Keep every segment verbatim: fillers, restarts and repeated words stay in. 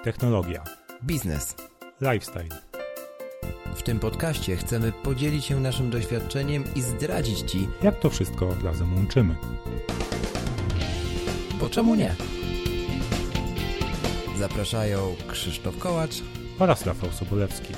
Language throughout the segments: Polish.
technologia, biznes, lifestyle. W tym podcaście chcemy podzielić się naszym doświadczeniem i zdradzić Ci, jak to wszystko razem łączymy. Bo czemu nie? Zapraszają Krzysztof Kołacz oraz Rafał Sobolewski.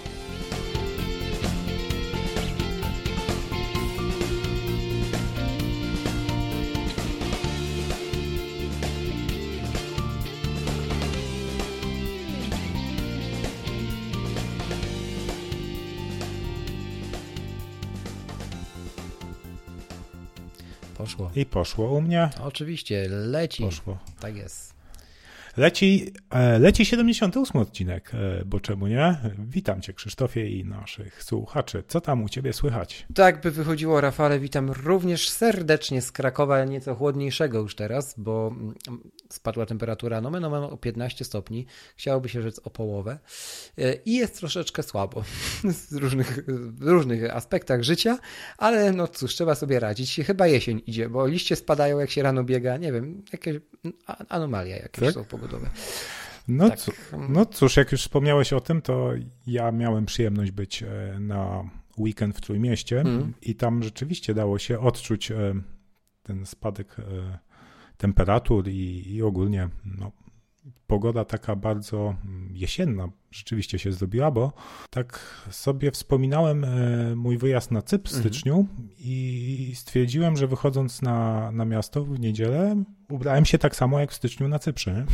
Poszło. I poszło u mnie. Oczywiście, leci. Poszło. Tak jest. Leci, leci siedemdziesiąty ósmy odcinek, bo czemu nie? Witam Cię, Krzysztofie, i naszych słuchaczy. Co tam u Ciebie słychać? Tak by wychodziło, Rafale, witam również serdecznie z Krakowa, nieco chłodniejszego już teraz, bo spadła temperatura nomen omen o piętnaście stopni, chciałoby się rzec o połowę i jest troszeczkę słabo z różnych, w różnych aspektach życia, ale no cóż, trzeba sobie radzić. Chyba jesień idzie, bo liście spadają, jak się rano biega, nie wiem, jakieś anomalia jakieś tak? są pogodowe. No, tak. cu- no cóż, jak już wspomniałeś o tym, to ja miałem przyjemność być na weekend w Trójmieście mm. i tam rzeczywiście dało się odczuć ten spadek temperatur i, i ogólnie no, pogoda taka bardzo jesienna rzeczywiście się zrobiła, bo tak sobie wspominałem mój wyjazd na Cypr w styczniu mm. i stwierdziłem, że wychodząc na, na miasto w niedzielę ubrałem się tak samo jak w styczniu na Cyprze.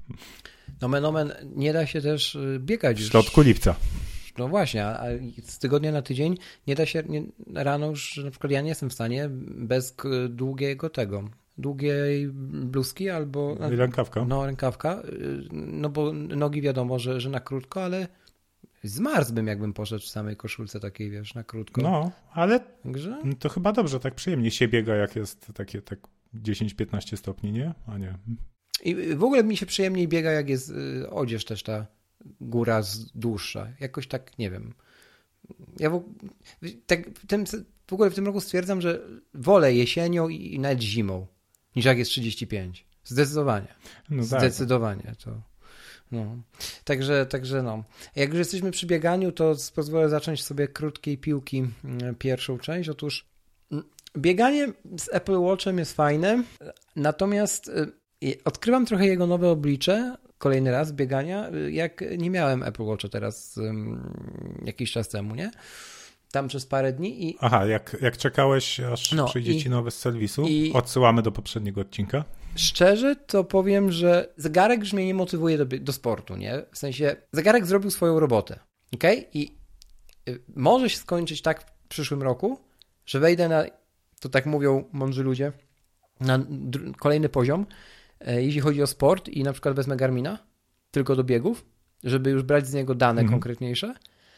Nomen omen, nie da się też biegać w już. W środku lipca. No właśnie, a z tygodnia na tydzień nie da się, nie, rano już na przykład ja nie jestem w stanie bez długiego tego, długiej bluzki albo... Rękawka. No, rękawka, no bo nogi wiadomo, że, że na krótko, ale zmarzłbym, jakbym poszedł w samej koszulce takiej, wiesz, na krótko. No, ale Także? to chyba dobrze, tak przyjemnie się biega, jak jest takie tak dziesięć piętnaście stopni, nie? A nie. I w ogóle mi się przyjemniej biega, jak jest odzież też ta góra dłuższa. Jakoś tak, nie wiem. Ja w, tak, w, tym, w ogóle w tym roku stwierdzam, że wolę jesienią i, i nawet zimą, niż jak jest trzydzieści pięć. Zdecydowanie. No Zdecydowanie. tak. To, no. Także, także no. Jak już jesteśmy przy bieganiu, to pozwolę zacząć sobie krótkiej piłki pierwszą część. Otóż bieganie z Apple Watchem jest fajne, natomiast odkrywam trochę jego nowe oblicze, kolejny raz biegania, jak nie miałem Apple Watcha teraz um, jakiś czas temu, nie? Tam przez parę dni i... Aha, jak, jak czekałeś, aż no, przyjdzie i, ci nowy z serwisu, i odsyłamy do poprzedniego odcinka. Szczerze to powiem, że zegarek już mnie nie motywuje do, do sportu, nie? W sensie zegarek zrobił swoją robotę, okej? Okay? I y, może się skończyć tak w przyszłym roku, że wejdę na, to tak mówią mądrzy ludzie, na dr- kolejny poziom, jeśli chodzi o sport i na przykład wezmę Garmina tylko do biegów, żeby już brać z niego dane mm. konkretniejsze,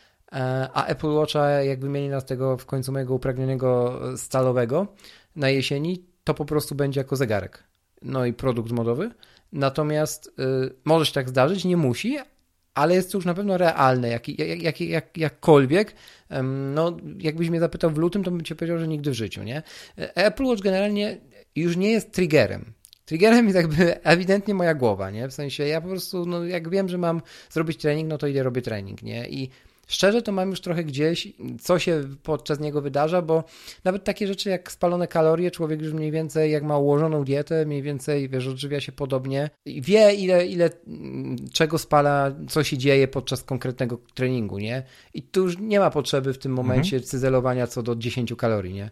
a Apple Watcha jak wymieni nas tego w końcu mojego upragnionego stalowego na jesieni, to po prostu będzie jako zegarek. No i produkt modowy. Natomiast y, może się tak zdarzyć, nie musi, ale jest to już na pewno realne, jak, jak, jak, jak, jakkolwiek. Um, no, jakbyś mnie zapytał w lutym, to bym ci powiedział, że nigdy w życiu, nie? Apple Watch generalnie już nie jest triggerem. Triggerem jest jakby ewidentnie moja głowa, nie? W sensie ja po prostu, no jak wiem, że mam zrobić trening, no to idę robię trening, nie? I szczerze to mam już trochę gdzieś, co się podczas niego wydarza, bo nawet takie rzeczy jak spalone kalorie, człowiek już mniej więcej, jak ma ułożoną dietę, mniej więcej, wiesz, odżywia się podobnie, wie ile, ile czego spala, co się dzieje podczas konkretnego treningu, nie? I tu już nie ma potrzeby w tym momencie mhm. cyzelowania co do dziesięć kalorii, nie?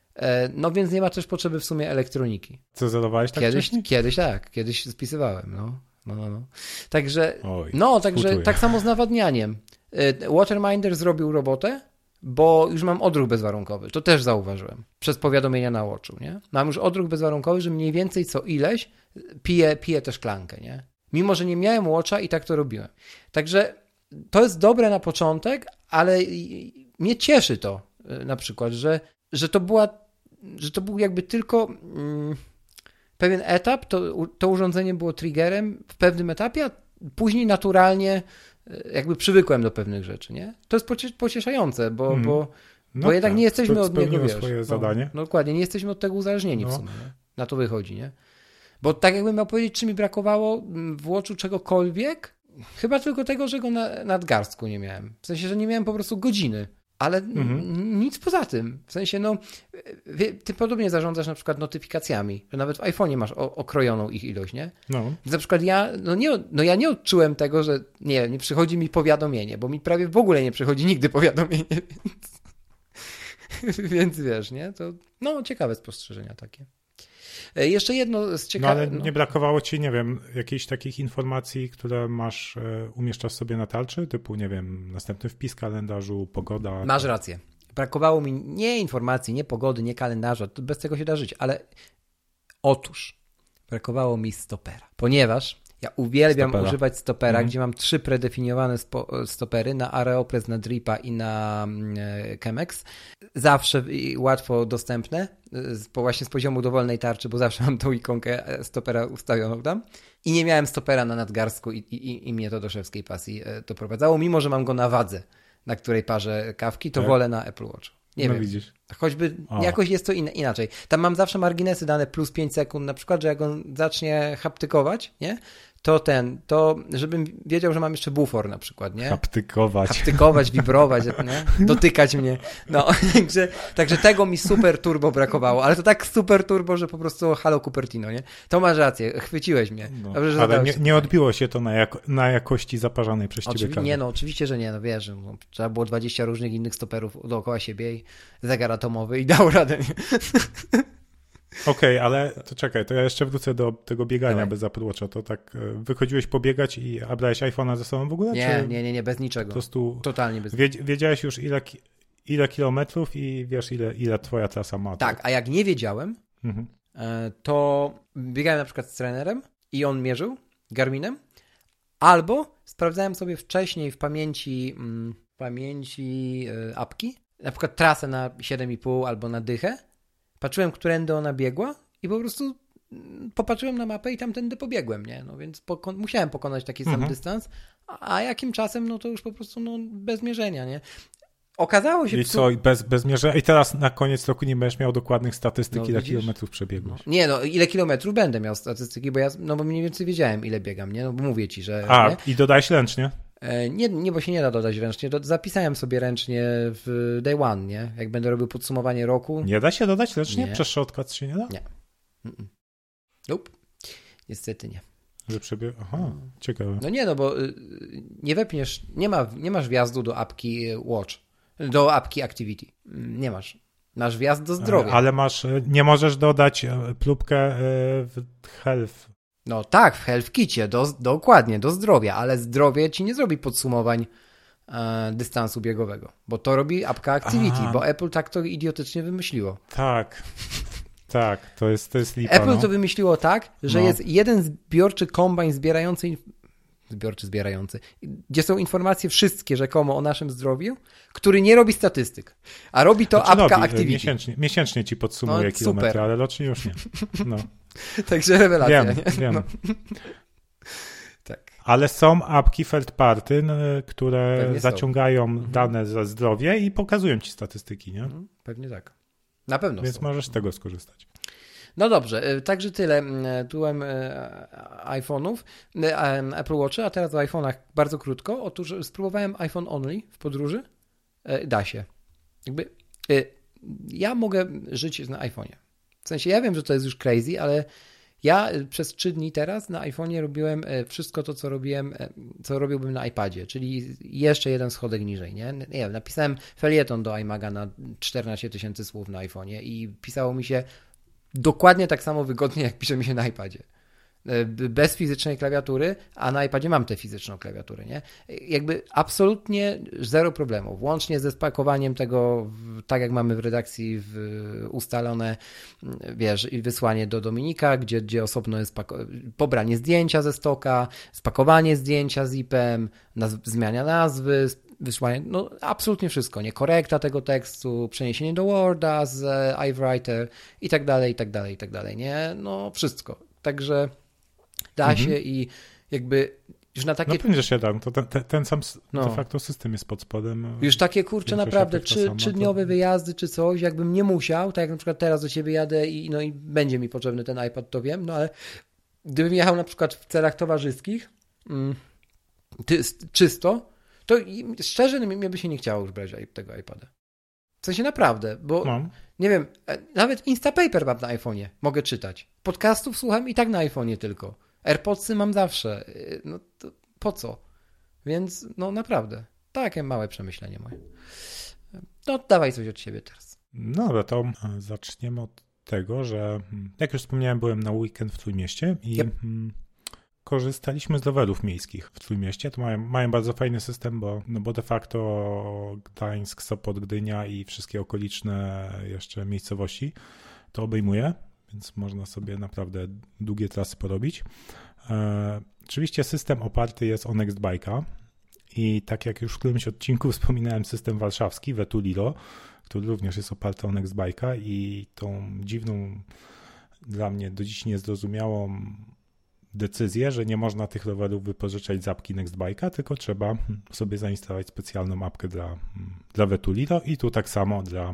No więc nie ma też potrzeby w sumie elektroniki. Cyzelowałeś tak kiedyś, wcześniej? Kiedyś tak, kiedyś spisywałem, no. No, no, no. Także, Oj, no, także współczuję. tak samo z nawadnianiem. Waterminder zrobił robotę, bo już mam odruch bezwarunkowy. To też zauważyłem. Przez powiadomienia na Watchu, nie? Mam już odruch bezwarunkowy, że mniej więcej co ileś piję, piję tę szklankę, nie? Mimo, że nie miałem Watcha i tak to robiłem. Także to jest dobre na początek, ale mnie cieszy to na przykład, że, że to była, że to był jakby tylko mm, pewien etap, to, to urządzenie było triggerem w pewnym etapie, a później naturalnie jakby przywykłem do pewnych rzeczy, nie? To jest pocieszające, bo, hmm. bo, no bo jednak tak, nie jesteśmy od niego, wiesz. swoje no, zadanie. No dokładnie, nie jesteśmy od tego uzależnieni no. w sumie, nie? Na to wychodzi, nie? Bo tak jakbym miał powiedzieć, czy mi brakowało w Watchu czegokolwiek, Chyba tylko tego, że go na nadgarstku nie miałem. W sensie, że nie miałem po prostu godziny. Ale mhm. nic poza tym. W sensie, no, ty podobnie zarządzasz na przykład notyfikacjami, że nawet w iPhone'ie masz o, okrojoną ich ilość, nie? No. Więc na przykład ja, no, nie, no ja nie odczułem tego, że nie, nie przychodzi mi powiadomienie, bo mi prawie w ogóle nie przychodzi nigdy powiadomienie, więc, więc wiesz, nie? To, no, ciekawe spostrzeżenia takie. Jeszcze jedno z ciekawych... No ale nie brakowało ci, nie wiem, jakichś takich informacji, które masz, umieszczasz sobie na tarczy, typu, nie wiem, następny wpis kalendarzu, pogoda. Masz rację. Brakowało mi nie informacji, nie pogody, nie kalendarza, bez tego się da żyć, ale otóż brakowało mi stopera, ponieważ ja uwielbiam stopera. używać stopera, mhm. gdzie mam trzy predefiniowane spo, stopery na Aeropress, na Dripa i na e, Chemex. Zawsze łatwo dostępne, z, właśnie z poziomu dowolnej tarczy, bo zawsze mam tą ikonkę stopera ustawioną tam. I nie miałem stopera na nadgarstku i, i, i mnie to do szewskiej pasji e, doprowadzało, mimo że mam go na wadze, na której parzę kawki, to tak. wolę na Apple Watch. Nie no wiem. Widzisz. Choćby o. jakoś jest to in, inaczej. Tam mam zawsze marginesy dane plus pięć sekund, na przykład, że jak on zacznie haptykować, nie? To ten, to żebym wiedział, że mam jeszcze bufor na przykład, nie? Haptykować. Haptykować, wibrować, nie? Dotykać mnie. No, także, także tego mi super turbo brakowało, ale to tak super turbo, że po prostu halo Cupertino, nie? To masz rację, chwyciłeś mnie. No, Dobrze, że ale nie, nie odbiło się to na, jako, na jakości zaparzanej przez ciebie Oczywi- kawy. Nie, no oczywiście, że nie, no wiesz, no, trzeba było dwadzieścia różnych innych stoperów dookoła siebie i zegar atomowy i dał radę, nie? Okej, okay, ale to czekaj, to ja jeszcze wrócę do tego biegania Dawaj. bez Apple Watcha. To tak wychodziłeś pobiegać i a brałeś iPhone'a ze sobą w ogóle? Nie, czy nie, nie, nie, bez niczego. Po prostu totalnie bez niczego. Wiedziałeś już ile, ile kilometrów i wiesz ile, ile twoja trasa ma. Tak, a jak nie wiedziałem, mhm. to biegałem na przykład z trenerem i on mierzył Garminem, albo sprawdzałem sobie wcześniej w pamięci w pamięci apki, na przykład trasę na siedem i pół albo na dychę. Patrzyłem, którędy ona biegła i po prostu popatrzyłem na mapę i tamtędy pobiegłem, nie? No więc poko- musiałem pokonać taki sam mhm. dystans, a jakim czasem, no to już po prostu no, bez mierzenia, nie? Okazało się... I co, bez, bez mierzenia? I teraz na koniec roku nie będziesz miał dokładnych statystyk, no, ile widzisz? kilometrów przebiegłeś. No. Nie, no ile kilometrów będę miał statystyki, bo ja, no bo mniej więcej wiedziałem, ile biegam, nie? No bo mówię ci, że... A, nie? i dodałeś ręcznie? Nie, nie, bo się nie da dodać ręcznie. Zapisałem sobie ręcznie w day one, nie? Jak będę robił podsumowanie roku. Nie da się dodać ręcznie? Nie. Przez shortcut się nie da? Nie. Mm-mm. Nope. Niestety nie. Że przebieg... Aha, ciekawe. No nie, no bo nie wepniesz, nie, ma, nie masz wjazdu do apki Watch, do apki Activity. Nie masz. Masz wjazd do zdrowia. Ale masz, nie możesz dodać próbkę w Health. No tak, w Health Kicie, do, dokładnie, do zdrowia, ale zdrowie ci nie zrobi podsumowań e, dystansu biegowego, bo to robi apka Activity, Aha. bo Apple tak to idiotycznie wymyśliło. Tak, tak, to jest, to jest lipa. Apple no. to wymyśliło tak, że no. jest jeden zbiorczy kombajn zbierający, zbiorczy zbierający, gdzie są informacje wszystkie rzekomo o naszym zdrowiu, który nie robi statystyk, a robi to znaczy apka robi, Activity. Miesięcznie, miesięcznie ci podsumuje no, kilometry, super. Ale rocznie już nie. No. Także rewelacja. Wiem, nie? wiem. No. Tak. Ale są apki third party, które Pewnie zaciągają są. dane za zdrowie i pokazują ci statystyki, nie? Pewnie tak. Na pewno Więc są. możesz z tego skorzystać. No dobrze, także tyle tytułem iPhone'ów, Apple Watcha, a teraz o iPhone'ach bardzo krótko. Otóż spróbowałem iPhone only w podróży. Da się. Jakby ja mogę żyć na iPhone'ie. W sensie ja wiem, że to jest już crazy, ale ja przez trzy dni teraz na iPhone'ie robiłem wszystko to, co robiłem, co robiłbym na iPadzie, czyli jeszcze jeden schodek niżej, nie? Nie wiem, napisałem felieton do iMaga na czternaście tysięcy słów na iPhone'ie i pisało mi się dokładnie tak samo wygodnie, jak pisze mi się na iPadzie. Bez fizycznej klawiatury, a na iPadzie mam tę fizyczną klawiaturę, nie? Jakby absolutnie zero problemów. Łącznie ze spakowaniem tego, tak jak mamy w redakcji w, ustalone, wiesz, i wysłanie do Dominika, gdzie, gdzie osobno jest pako- pobranie zdjęcia ze stoka, spakowanie zdjęcia zipem, naz- zmiana nazwy, wysłanie, no absolutnie wszystko, nie? Korekta tego tekstu, przeniesienie do Worda z iWriter i tak dalej, i tak dalej, i tak dalej, nie? No wszystko. Także da mhm. się i jakby już na takie... No pewnie, że się da. To ten, ten, ten sam no. de facto system jest pod spodem. Już takie, kurczę, naprawdę trzy, trzydniowe to... wyjazdy czy coś, jakbym nie musiał, tak jak na przykład teraz do ciebie jadę i, no, i będzie mi potrzebny ten iPad, to wiem, no ale gdybym jechał na przykład w celach towarzyskich, mm, ty, czysto, to szczerze mnie by się nie chciało już brać tego iPada. W sensie naprawdę, bo no. nie wiem, nawet Instapaper mam na iPhone'ie, mogę czytać. Podcastów słucham i tak na iPhone'ie tylko. AirPodsy mam zawsze. No to po co? Więc no naprawdę, takie małe przemyślenie moje. No dawaj coś od siebie teraz. No dobra, to zaczniemy od tego, że jak już wspomniałem, byłem na weekend w Trójmieście i yep. korzystaliśmy z rowerów miejskich w Trójmieście. To mają, mają bardzo fajny system, bo, no bo de facto Gdańsk, Sopot, Gdynia i wszystkie okoliczne jeszcze miejscowości to obejmuje, więc można sobie naprawdę długie trasy porobić. E, oczywiście system oparty jest o Nextbike'a i tak jak już w którymś odcinku wspominałem system warszawski, Vetulilo, który również jest oparty o Nextbike'a i tą dziwną, dla mnie do dziś niezrozumiałą decyzję, że nie można tych rowerów wypożyczać z apki Nextbike'a, tylko trzeba sobie zainstalować specjalną apkę dla, dla Vetulilo i tu tak samo dla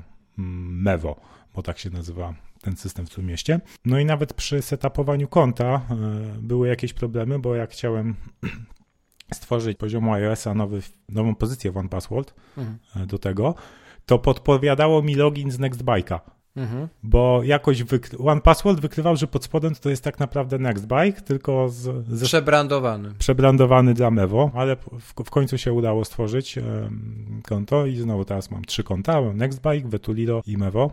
Mevo, bo tak się nazywa ten system w Trójmieście. No i nawet przy setupowaniu konta były jakieś problemy, bo jak chciałem stworzyć poziomu iOS-a nowy, nową pozycję w OnePassword mhm. do tego, to podpowiadało mi login z Nextbike'a. Mhm. Bo jakoś wykry- OnePassword wykrywał, że pod spodem to jest tak naprawdę Nextbike, tylko z, ze... przebrandowany. Przebrandowany dla Mevo, ale w, w końcu się udało stworzyć um, konto i znowu teraz mam trzy konta, mam Nextbike, Vetulilo i Mevo.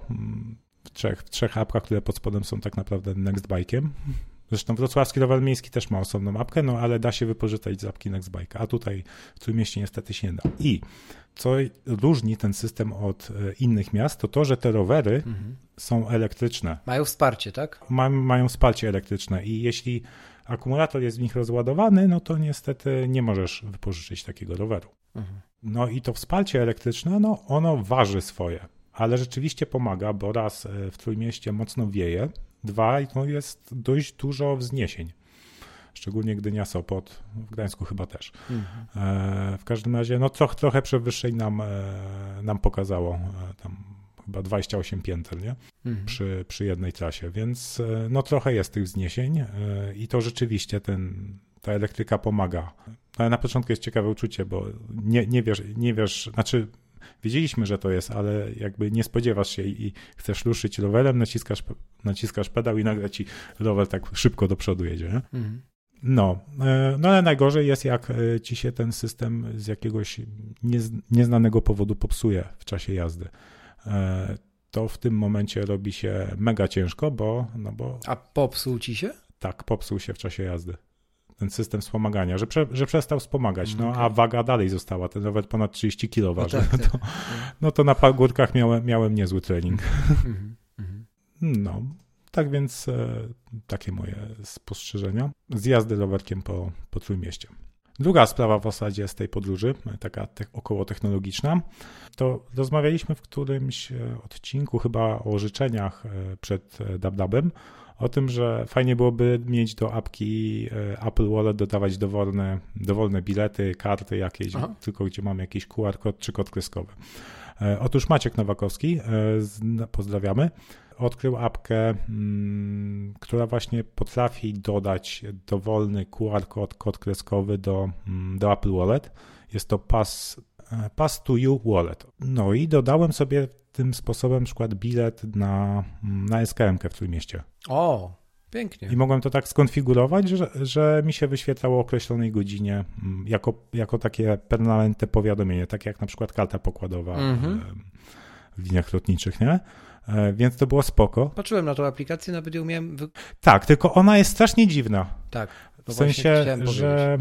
W trzech, w trzech apkach, które pod spodem są tak naprawdę Nextbike'iem. Zresztą wrocławski rower miejski też ma osobną apkę, no ale da się wypożyczać z apki Nextbike'a, a tutaj w Trójmieście niestety się nie da. I co różni ten system od innych miast, to to, że te rowery mhm. są elektryczne. Mają wsparcie, tak? Ma, mają wsparcie elektryczne i jeśli akumulator jest w nich rozładowany, no to niestety nie możesz wypożyczyć takiego roweru. Mhm. No i to wsparcie elektryczne, no ono waży swoje, ale rzeczywiście pomaga, bo raz w Trójmieście mocno wieje, dwa no jest dość dużo wzniesień. Szczególnie Gdynia, Sopot, w Gdańsku chyba też. Mhm. E, w każdym razie, no troch, trochę przewyższeń nam, e, nam pokazało, e, tam chyba dwadzieścia osiem pięter, nie? Mhm. Przy, przy jednej trasie, więc e, no trochę jest tych wzniesień e, i to rzeczywiście ten, ta elektryka pomaga. Ale na początku jest ciekawe uczucie, bo nie, nie wiesz, nie wiesz, znaczy wiedzieliśmy, że to jest, ale jakby nie spodziewasz się i chcesz ruszyć rowerem, naciskasz, naciskasz pedał i nagle ci rower tak szybko do przodu jedzie, nie? Mhm. No, no ale najgorzej jest, jak ci się ten system z jakiegoś nieznanego powodu popsuje w czasie jazdy. To w tym momencie robi się mega ciężko, bo... No bo A popsuł ci się? Tak, popsuł się w czasie jazdy. Ten system wspomagania, że, prze, że przestał wspomagać, no okay. a waga dalej została. Ten rower ponad trzydzieści kilo waży. No, tak, tak. To, no to na pagórkach miałem, miałem niezły trening. Mm-hmm. No, tak więc e, takie moje spostrzeżenia z jazdy rowerkiem po, po Trójmieście. Druga sprawa w zasadzie z tej podróży, taka te, około technologiczna, to rozmawialiśmy w którymś odcinku chyba o życzeniach przed DubDubem, o tym, że fajnie byłoby mieć do apki Apple Wallet dodawać dowolne, dowolne bilety, karty jakieś, Aha. tylko gdzie mamy jakiś Q R kod czy kod kreskowy. Otóż Maciek Nowakowski, pozdrawiamy, odkrył apkę, m, która właśnie potrafi dodać dowolny Q R kod, kod kreskowy do, do Apple Wallet. Jest to Pass, Pass to You Wallet. No i dodałem sobie tym sposobem na przykład bilet na, na S K M-kę w Trójmieście. O, pięknie. I mogłem to tak skonfigurować, że, że mi się wyświetlało o określonej godzinie jako, jako takie permanentne powiadomienie, tak jak na przykład karta pokładowa mm-hmm. w liniach lotniczych, nie? Więc to było spoko. Patrzyłem na tą aplikację, nawet ją miałem... Wy... Tak, tylko ona jest strasznie dziwna. Tak. W sensie, że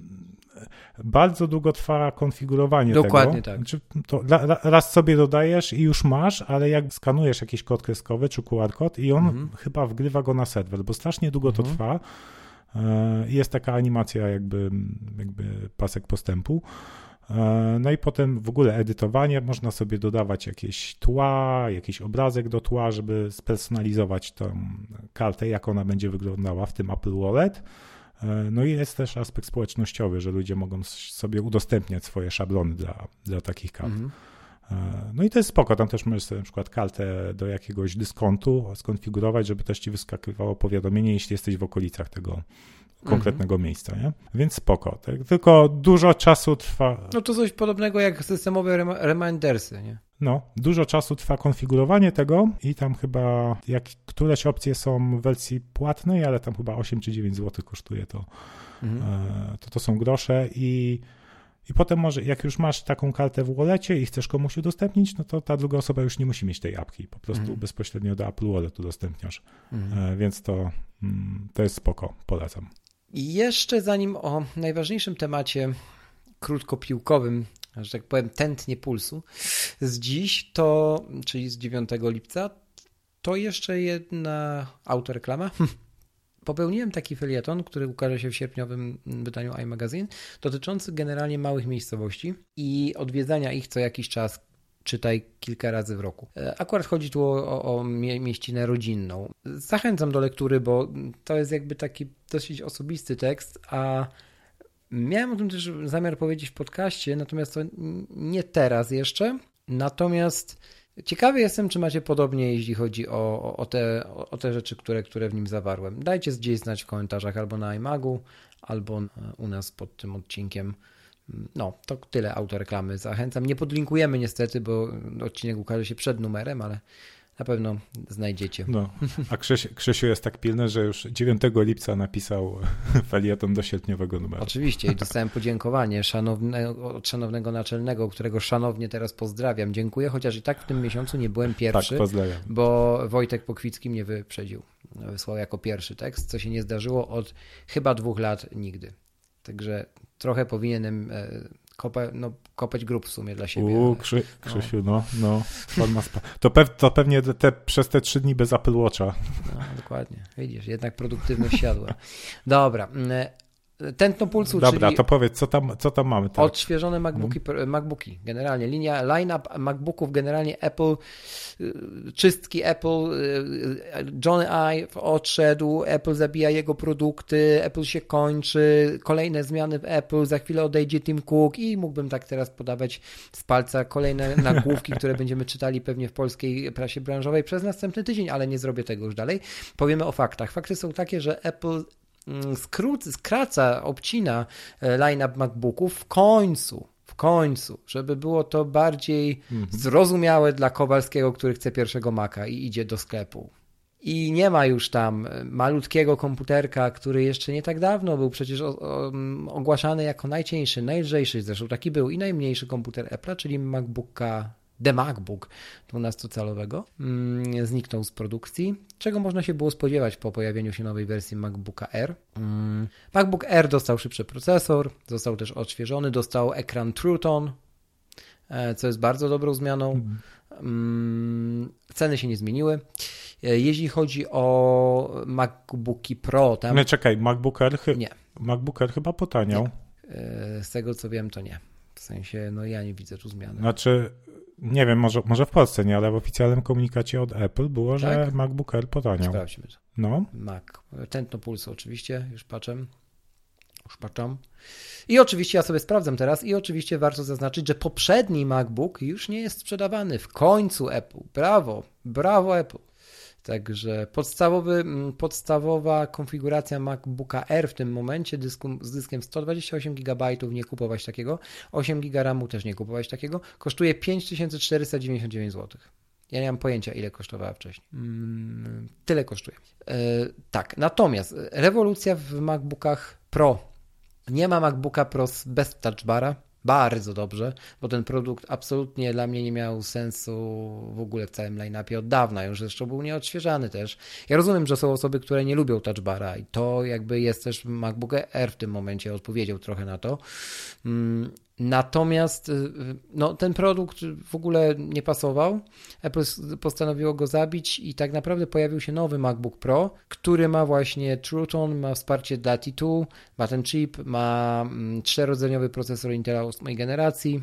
bardzo długo trwa konfigurowanie Dokładnie tego. tak. Znaczy, to raz sobie dodajesz i już masz, ale jak skanujesz jakiś kod kreskowy czy Q R kod i on mhm. chyba wgrywa go na serwer, bo strasznie długo mhm. to trwa. Jest taka animacja jakby, jakby pasek postępu. No i potem w ogóle edytowanie, można sobie dodawać jakieś tła, jakiś obrazek do tła, żeby spersonalizować tą kartę, jak ona będzie wyglądała w tym Apple Wallet. No i jest też aspekt społecznościowy, że ludzie mogą sobie udostępniać swoje szablony dla, dla takich kart. Mm. No i to jest spoko, tam też możesz sobie na przykład kartę do jakiegoś dyskontu skonfigurować, żeby też ci wyskakiwało powiadomienie, jeśli jesteś w okolicach tego, konkretnego mhm. miejsca, nie? Więc spoko. Tak? Tylko dużo czasu trwa... No to coś podobnego jak systemowe rem- remindersy, nie? No, dużo czasu trwa konfigurowanie tego i tam chyba, jak któreś opcje są w wersji płatnej, ale tam chyba osiem czy dziewięć złotych kosztuje to. Mhm. E, to to są grosze i I potem może, jak już masz taką kartę w wallecie i chcesz komuś udostępnić, no to ta druga osoba już nie musi mieć tej apki. Po prostu mm. bezpośrednio do Apple Wallet udostępniasz. Mm. E, więc to, mm, to jest spoko, polecam. I jeszcze zanim o najważniejszym temacie krótkopiłkowym, że tak powiem tętnie pulsu, z dziś to, czyli z dziewiątego lipca, to jeszcze jedna autoreklama. Popełniłem taki felieton, który ukaże się w sierpniowym wydaniu iMagazine, dotyczący generalnie małych miejscowości i odwiedzania ich co jakiś czas, czytaj kilka razy w roku. Akurat chodzi tu o, o mieścinę rodzinną. Zachęcam do lektury, bo to jest jakby taki dosyć osobisty tekst, a miałem o tym też zamiar powiedzieć w podcaście, natomiast to nie teraz jeszcze. Natomiast ciekawy jestem, czy macie podobnie, jeśli chodzi o, o, te, o te rzeczy, które, które w nim zawarłem. Dajcie gdzieś znać w komentarzach albo na iMagu, albo u nas pod tym odcinkiem. No, to tyle autoreklamy. Zachęcam. Nie podlinkujemy niestety, bo odcinek ukaże się przed numerem, ale na pewno znajdziecie. No, a Krzyś, Krzysiu jest tak pilny, że już dziewiątego lipca napisał felieton do sierpniowego numeru. Oczywiście i dostałem podziękowanie szanownego, od szanownego naczelnego, którego szanownie teraz pozdrawiam. Dziękuję, chociaż i tak w tym miesiącu nie byłem pierwszy, tak, pozdrawiam. Bo Wojtek Pokwicki mnie wyprzedził. Wysłał jako pierwszy tekst, co się nie zdarzyło od chyba dwóch lat nigdy. Także trochę powinienem Kopa, no, kopać grób w sumie dla siebie. Uuu, Krzy, Krzysiu, no, no. no ma spa- to, pew, to pewnie te, przez te trzy dni bez Apple Watcha. No, dokładnie. Widzisz, jednak produktywność siadła. Dobra. Tętno pulsu, Dobra, czyli to powiedz, co tam, co tam mamy? Tak? Odświeżone MacBooki, MacBooki, generalnie. Linia, line-up MacBooków, generalnie Apple, czystki Apple, Johnny Ive odszedł, Apple zabija jego produkty, Apple się kończy, kolejne zmiany w Apple, za chwilę odejdzie Tim Cook i mógłbym tak teraz podawać z palca kolejne nagłówki, które będziemy czytali pewnie w polskiej prasie branżowej przez następny tydzień, ale nie zrobię tego już dalej. Powiemy o faktach. Fakty są takie, że Apple Skrót, skraca, obcina line-up MacBooków w końcu, w końcu, żeby było to bardziej mhm. zrozumiałe dla Kowalskiego, który chce pierwszego Maca i idzie do sklepu. I nie ma już tam malutkiego komputerka, który jeszcze nie tak dawno był przecież o, o, ogłaszany jako najcieńszy, najlżejszy, zresztą taki był i najmniejszy komputer Apple'a, czyli MacBooka The MacBook dwunastocalowego mm, zniknął z produkcji, czego można się było spodziewać po pojawieniu się nowej wersji MacBooka Air. Mm. MacBook Air dostał szybszy procesor, został też odświeżony, dostał ekran True Tone, co jest bardzo dobrą zmianą. Mm. Mm, ceny się nie zmieniły. Jeśli chodzi o MacBooki Pro... Tam... Nie, czekaj, MacBook Air, chy... nie. MacBook Air chyba potaniał. Nie. Z tego co wiem, to nie. W sensie, no ja nie widzę tu zmiany. Znaczy... Nie wiem, może, może w Polsce nie, ale w oficjalnym komunikacie od Apple było, tak? Że MacBook Air potaniał. Sprawdźmy to. No. Mac. Tętno pulsu oczywiście, już patrzę. Już patrzę. I oczywiście ja sobie sprawdzam teraz i oczywiście warto zaznaczyć, że poprzedni MacBook już nie jest sprzedawany. W końcu Apple. Brawo. Brawo Apple. Także podstawowy, podstawowa konfiguracja MacBooka Air w tym momencie dysku, z dyskiem sto dwadzieścia osiem gigabajtów, nie kupować takiego, osiem giga ramu też nie kupować takiego, kosztuje pięć tysięcy czterysta dziewięćdziesiąt dziewięć złotych. Ja nie mam pojęcia, ile kosztowała wcześniej. Hmm, tyle kosztuje. Yy, tak, natomiast rewolucja w MacBookach Pro. Nie ma MacBooka Pro bez Touch Bara. Bardzo dobrze, bo ten produkt absolutnie dla mnie nie miał sensu w ogóle w całym line-upie od dawna, już zresztą był nieodświeżany też. Ja rozumiem, że są osoby, które nie lubią Touch Bara i to jakby jest też MacBook Air w tym momencie odpowiedział trochę na to. Natomiast no, ten produkt w ogóle nie pasował. Apple postanowiło go zabić i tak naprawdę pojawił się nowy MacBook Pro, który ma właśnie True Tone, ma wsparcie dla T dwa, ma ten chip, ma czterorodzeniowy procesor Intela ósmej generacji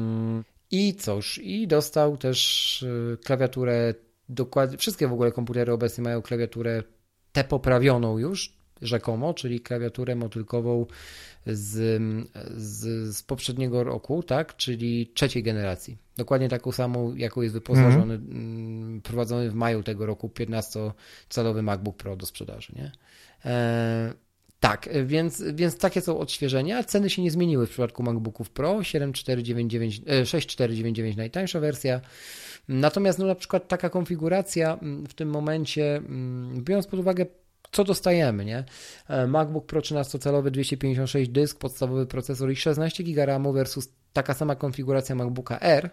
i cóż, i dostał też klawiaturę, dokładnie, wszystkie w ogóle komputery obecnie mają klawiaturę tę poprawioną już, rzekomo, czyli klawiaturę motylkową z, z, z poprzedniego roku, tak, czyli trzeciej generacji. Dokładnie taką samą, jaką jest wyposażony, mm. prowadzony w maju tego roku piętnastocalowy MacBook Pro do sprzedaży, nie? E, Tak, więc, więc takie są odświeżenia. Ceny się nie zmieniły w przypadku MacBooków Pro. siedem cztery dziewięć dziewięć, sześć cztery dziewięć dziewięć najtańsza wersja. Natomiast no, na przykład taka konfiguracja w tym momencie, biorąc pod uwagę, co dostajemy, nie? MacBook Pro trzynastocalowy, dwieście pięćdziesiąt sześć dysk, podstawowy procesor i szesnaście giga ramu versus taka sama konfiguracja MacBooka Air,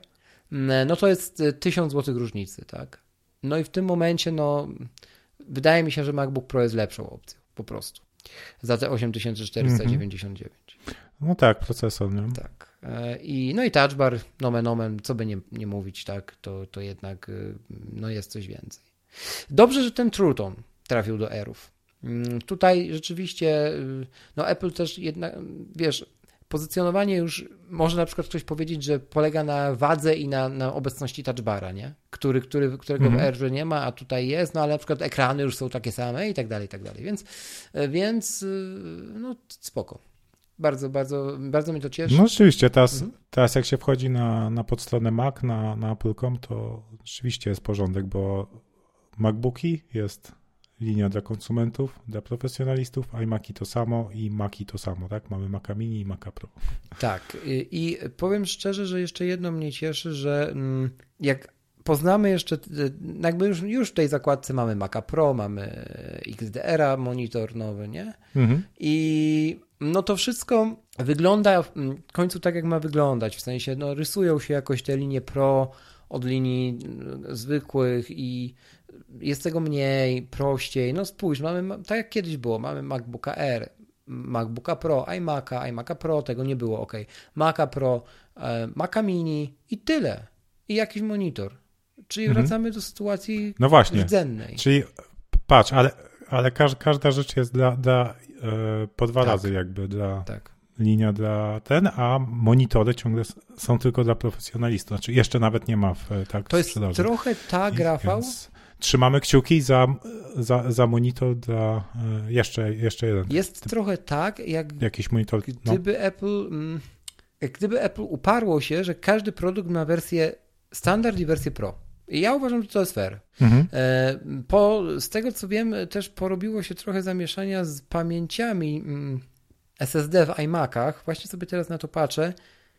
no to jest tysiąc złotych różnicy, tak? No i w tym momencie, no, wydaje mi się, że MacBook Pro jest lepszą opcją, po prostu. Za te osiem tysięcy czterysta dziewięćdziesiąt dziewięć. No tak, procesor, nie? Tak. I, no i touch bar, nomen omen, co by nie, nie mówić, tak, to, to jednak no jest coś więcej. Dobrze, że ten True Tone trafił do Airów. Tutaj rzeczywiście, no Apple też jednak, wiesz, pozycjonowanie już, może na przykład ktoś powiedzieć, że polega na wadze i na, na obecności touchbara, nie? Który, który, którego mm. w Airze nie ma, a tutaj jest, no ale na przykład ekrany już są takie same i tak dalej, i tak dalej, więc, więc no spoko. Bardzo, bardzo, bardzo mnie to cieszy. No rzeczywiście, teraz, mhm. teraz jak się wchodzi na, na podstronę Mac, na, na apple kropka com, to rzeczywiście jest porządek, bo MacBooki jest linia dla konsumentów, dla profesjonalistów, iMaki to samo i Maki to samo, tak? Mamy Maca Mini i Maca Pro. Tak i, i powiem szczerze, że jeszcze jedno mnie cieszy, że jak poznamy jeszcze, jakby już, już w tej zakładce mamy Maca Pro, mamy X D R a, monitor nowy, nie? Mhm. I no to wszystko wygląda w końcu tak, jak ma wyglądać, w sensie no rysują się jakoś te linie Pro od linii zwykłych i jest tego mniej, prościej. No spójrz, mamy, tak jak kiedyś było, mamy MacBooka Air, MacBooka Pro, iMac'a, iMac'a Pro, tego nie było, ok. Maca Pro, Maca Mini i tyle. I jakiś monitor. Czyli mhm. wracamy do sytuacji no właśnie. rdzennej. Czyli patrz, ale, ale każda, każda rzecz jest dla, dla e, po dwa tak. razy jakby, dla tak. linia dla ten, a monitory ciągle są tylko dla profesjonalistów. Znaczy jeszcze nawet nie ma w tak To jest sprzedaży. trochę tak, Rafał. Trzymamy kciuki za, za, za monitor dla jeszcze, jeszcze jeden. Jest typ, trochę tak, jak jakiś monitor. Gdyby no. Apple jak gdyby Apple uparło się, że każdy produkt ma wersję standard i wersję Pro. I ja uważam, że to jest fair. Mhm. Po, z tego co wiem, też porobiło się trochę zamieszania z pamięciami S S D w iMacach. Właśnie sobie teraz na to patrzę.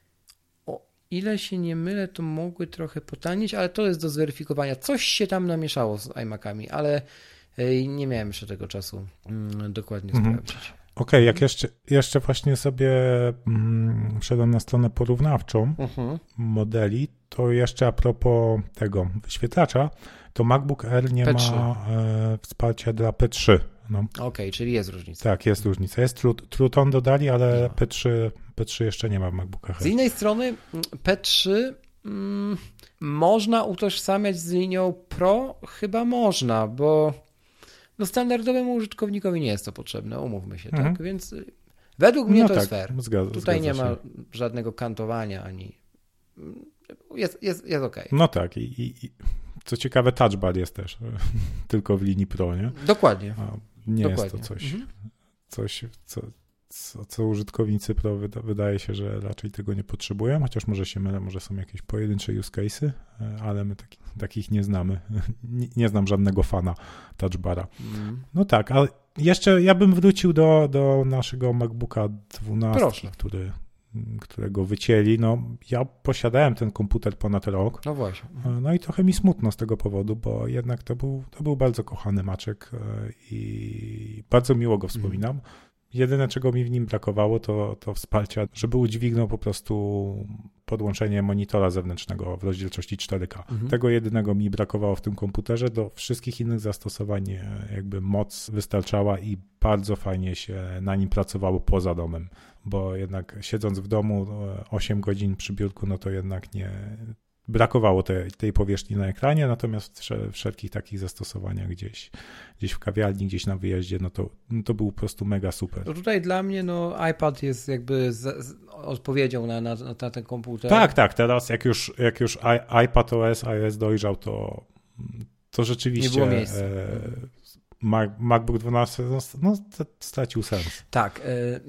O ile się nie mylę, to mogły trochę potanieć, ale to jest do zweryfikowania. Coś się tam namieszało z iMacami, ale nie miałem jeszcze tego czasu dokładnie mhm. sprawdzić. Okej, okay, jak jeszcze, jeszcze właśnie sobie mm, wszedłem na stronę porównawczą uh-huh. modeli, to jeszcze a propos tego wyświetlacza, to MacBook Air nie P trzy. Ma e, wsparcia dla P trzy. No. Okej, okay, czyli jest różnica. Tak, jest różnica. Jest True, True Tone dodali, ale P trzy, P trzy jeszcze nie ma w MacBookach Air. Z innej strony P trzy mm, można utożsamiać z linią Pro? Chyba można, bo no standardowemu użytkownikowi nie jest to potrzebne, umówmy się, mhm. tak? Więc według mnie no to tak, jest fair. Zgadza, Tutaj zgadza nie się. ma żadnego kantowania, ani jest, jest, jest okej. Okay. No tak i, i, i co ciekawe touchbar jest też tylko w linii Pro, nie? Dokładnie. A nie Dokładnie. jest to coś, mhm. coś co, co, co użytkownicy Pro wyda, wydaje się, że raczej tego nie potrzebują, chociaż może się mylę, może są jakieś pojedyncze use case'y, ale my taki, takich nie znamy. Nie, nie znam żadnego fana touchbara. Mm. No tak, ale jeszcze ja bym wrócił do, do naszego MacBooka dwunastki, który, którego wycięli. No, ja posiadałem ten komputer ponad rok. No właśnie. No i trochę mi smutno z tego powodu, bo jednak to był, to był bardzo kochany Maczek i bardzo miło go wspominam. Mm. Jedyne, czego mi w nim brakowało, to, to wsparcia, żeby udźwignął po prostu podłączenie monitora zewnętrznego w rozdzielczości cztery K. Mhm. Tego jedynego mi brakowało w tym komputerze. Do wszystkich innych zastosowań jakby moc wystarczała i bardzo fajnie się na nim pracowało poza domem, bo jednak siedząc w domu osiem godzin przy biurku, no to jednak nie... Brakowało tej, tej powierzchni na ekranie, natomiast w wszelkich takich zastosowaniach gdzieś, gdzieś w kawiarni, gdzieś na wyjeździe, no to, no to był po prostu mega super. To tutaj dla mnie no iPad jest jakby z, z odpowiedzią na, na, na ten komputer. Tak, tak, teraz jak już, jak już i, iPad O S, iOS dojrzał, to, to rzeczywiście nie było miejsca. E, Mac, MacBook dwunasty no, no, stracił sens. Tak.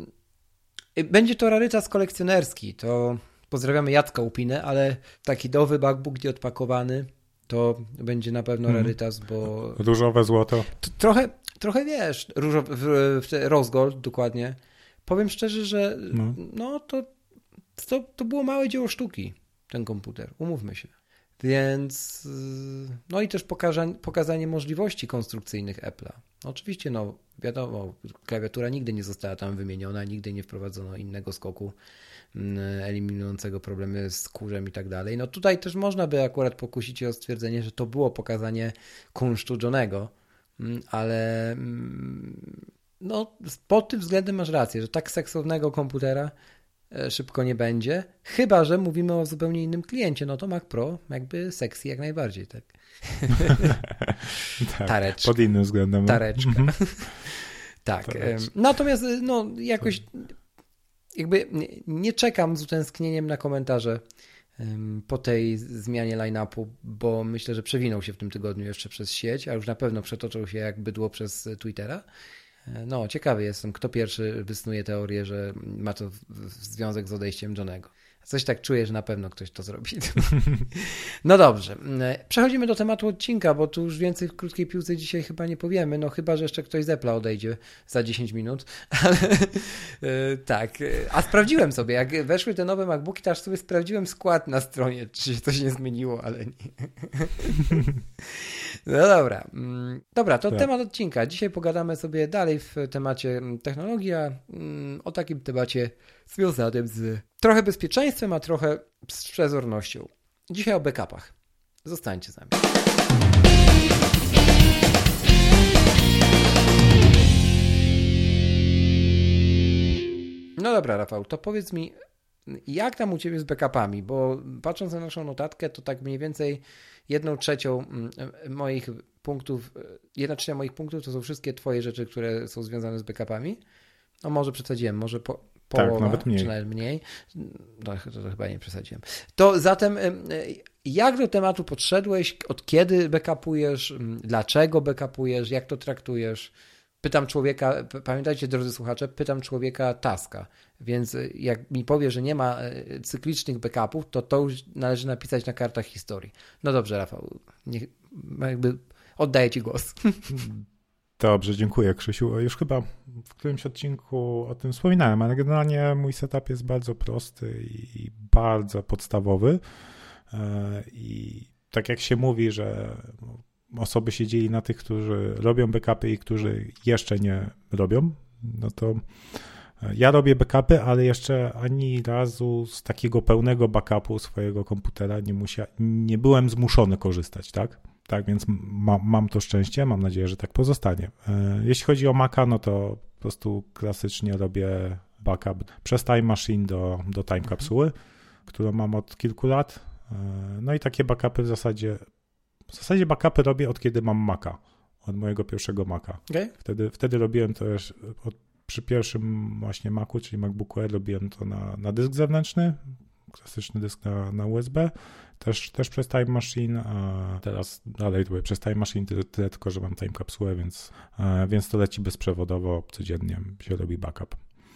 E, będzie to rarytas kolekcjonerski, to pozdrawiamy Jacka Upinę, ale taki nowy MacBook nieodpakowany to będzie na pewno Mhm. rarytas, bo... Różowe złoto. To trochę, trochę wiesz, różowy, w, w, rose gold dokładnie. Powiem szczerze, że No. no to, to, to było małe dzieło sztuki, ten komputer, umówmy się. Więc no i też pokazanie, pokazanie możliwości konstrukcyjnych Apple'a. Oczywiście, no wiadomo, klawiatura nigdy nie została tam wymieniona, nigdy nie wprowadzono innego skoku eliminującego problemy z kurzem i tak dalej. No tutaj też można by akurat pokusić się o stwierdzenie, że to było pokazanie kunsztu Johnego, ale no pod tym względem masz rację, że tak seksownego komputera szybko nie będzie, chyba że mówimy o zupełnie innym kliencie, no to Mac Pro jakby sexy jak najbardziej, tak? Tak, Tareczka. pod innym względem. Tareczka. Tak. Tareczka. Natomiast no jakoś jakby nie, nie czekam z utęsknieniem na komentarze um, po tej zmianie line-upu, bo myślę, że przewinął się w tym tygodniu jeszcze przez sieć, a już na pewno przetoczył się jak bydło przez Twittera. No, ciekawy jestem, kto pierwszy wysnuje teorię, że ma to w, w związek z odejściem Johnego. Coś tak czuję, że na pewno ktoś to zrobi. No dobrze. Przechodzimy do tematu odcinka, bo tu już więcej w krótkiej piłce dzisiaj chyba nie powiemy, no chyba, że jeszcze ktoś z Apple'a odejdzie za dziesięć minut. Ale tak. A sprawdziłem sobie, jak weszły te nowe MacBooki, to aż sobie sprawdziłem skład na stronie, czy się coś nie zmieniło, ale nie. No dobra. Dobra, to tak. Temat odcinka. Dzisiaj pogadamy sobie dalej w temacie technologia, o takim temacie związanym z trochę bezpieczeństwem, a trochę z przezornością. Dzisiaj o backupach. Zostańcie z nami. No dobra, Rafał, to powiedz mi, jak tam u Ciebie z backupami, bo patrząc na naszą notatkę, to tak mniej więcej jedną trzecią moich punktów, jedna trzecia moich punktów to są wszystkie Twoje rzeczy, które są związane z backupami. No może przesadziłem, może po, połowa, tak, nawet mniej. czy nawet mniej. No, to, to chyba nie przesadziłem. To zatem jak do tematu podszedłeś? Od kiedy backupujesz? Dlaczego backupujesz? Jak to traktujesz? Pytam człowieka, pamiętajcie drodzy słuchacze, pytam człowieka taska, więc jak mi powie, że nie ma cyklicznych backupów, to to już należy napisać na kartach historii. No dobrze, Rafał, niech, jakby oddaję Ci głos. Dobrze, dziękuję, Krzysiu. Już chyba w którymś odcinku o tym wspominałem, ale generalnie mój setup jest bardzo prosty i bardzo podstawowy i tak jak się mówi, że osoby się dzieli na tych, którzy robią backupy i którzy jeszcze nie robią, no to ja robię backupy, ale jeszcze ani razu z takiego pełnego backupu swojego komputera nie musiałem, nie byłem zmuszony korzystać, tak? Tak, więc ma, mam to szczęście, mam nadzieję, że tak pozostanie. Jeśli chodzi o Maca, no to po prostu klasycznie robię backup przez Time Machine do, do Time Capsuły, którą mam od kilku lat. No i takie backupy w zasadzie W zasadzie backupy robię od kiedy mam Maca, od mojego pierwszego Maca. Okay. Wtedy, wtedy robiłem to już od, przy pierwszym właśnie Macu, czyli MacBooku Air, robiłem to na, na dysk zewnętrzny, klasyczny dysk na, na U S B, też, też przez Time Machine, a teraz dalej robię przez Time Machine, tyle, tyle tylko, że mam Time Capsułę, więc, więc to leci bezprzewodowo, codziennie się robi backup.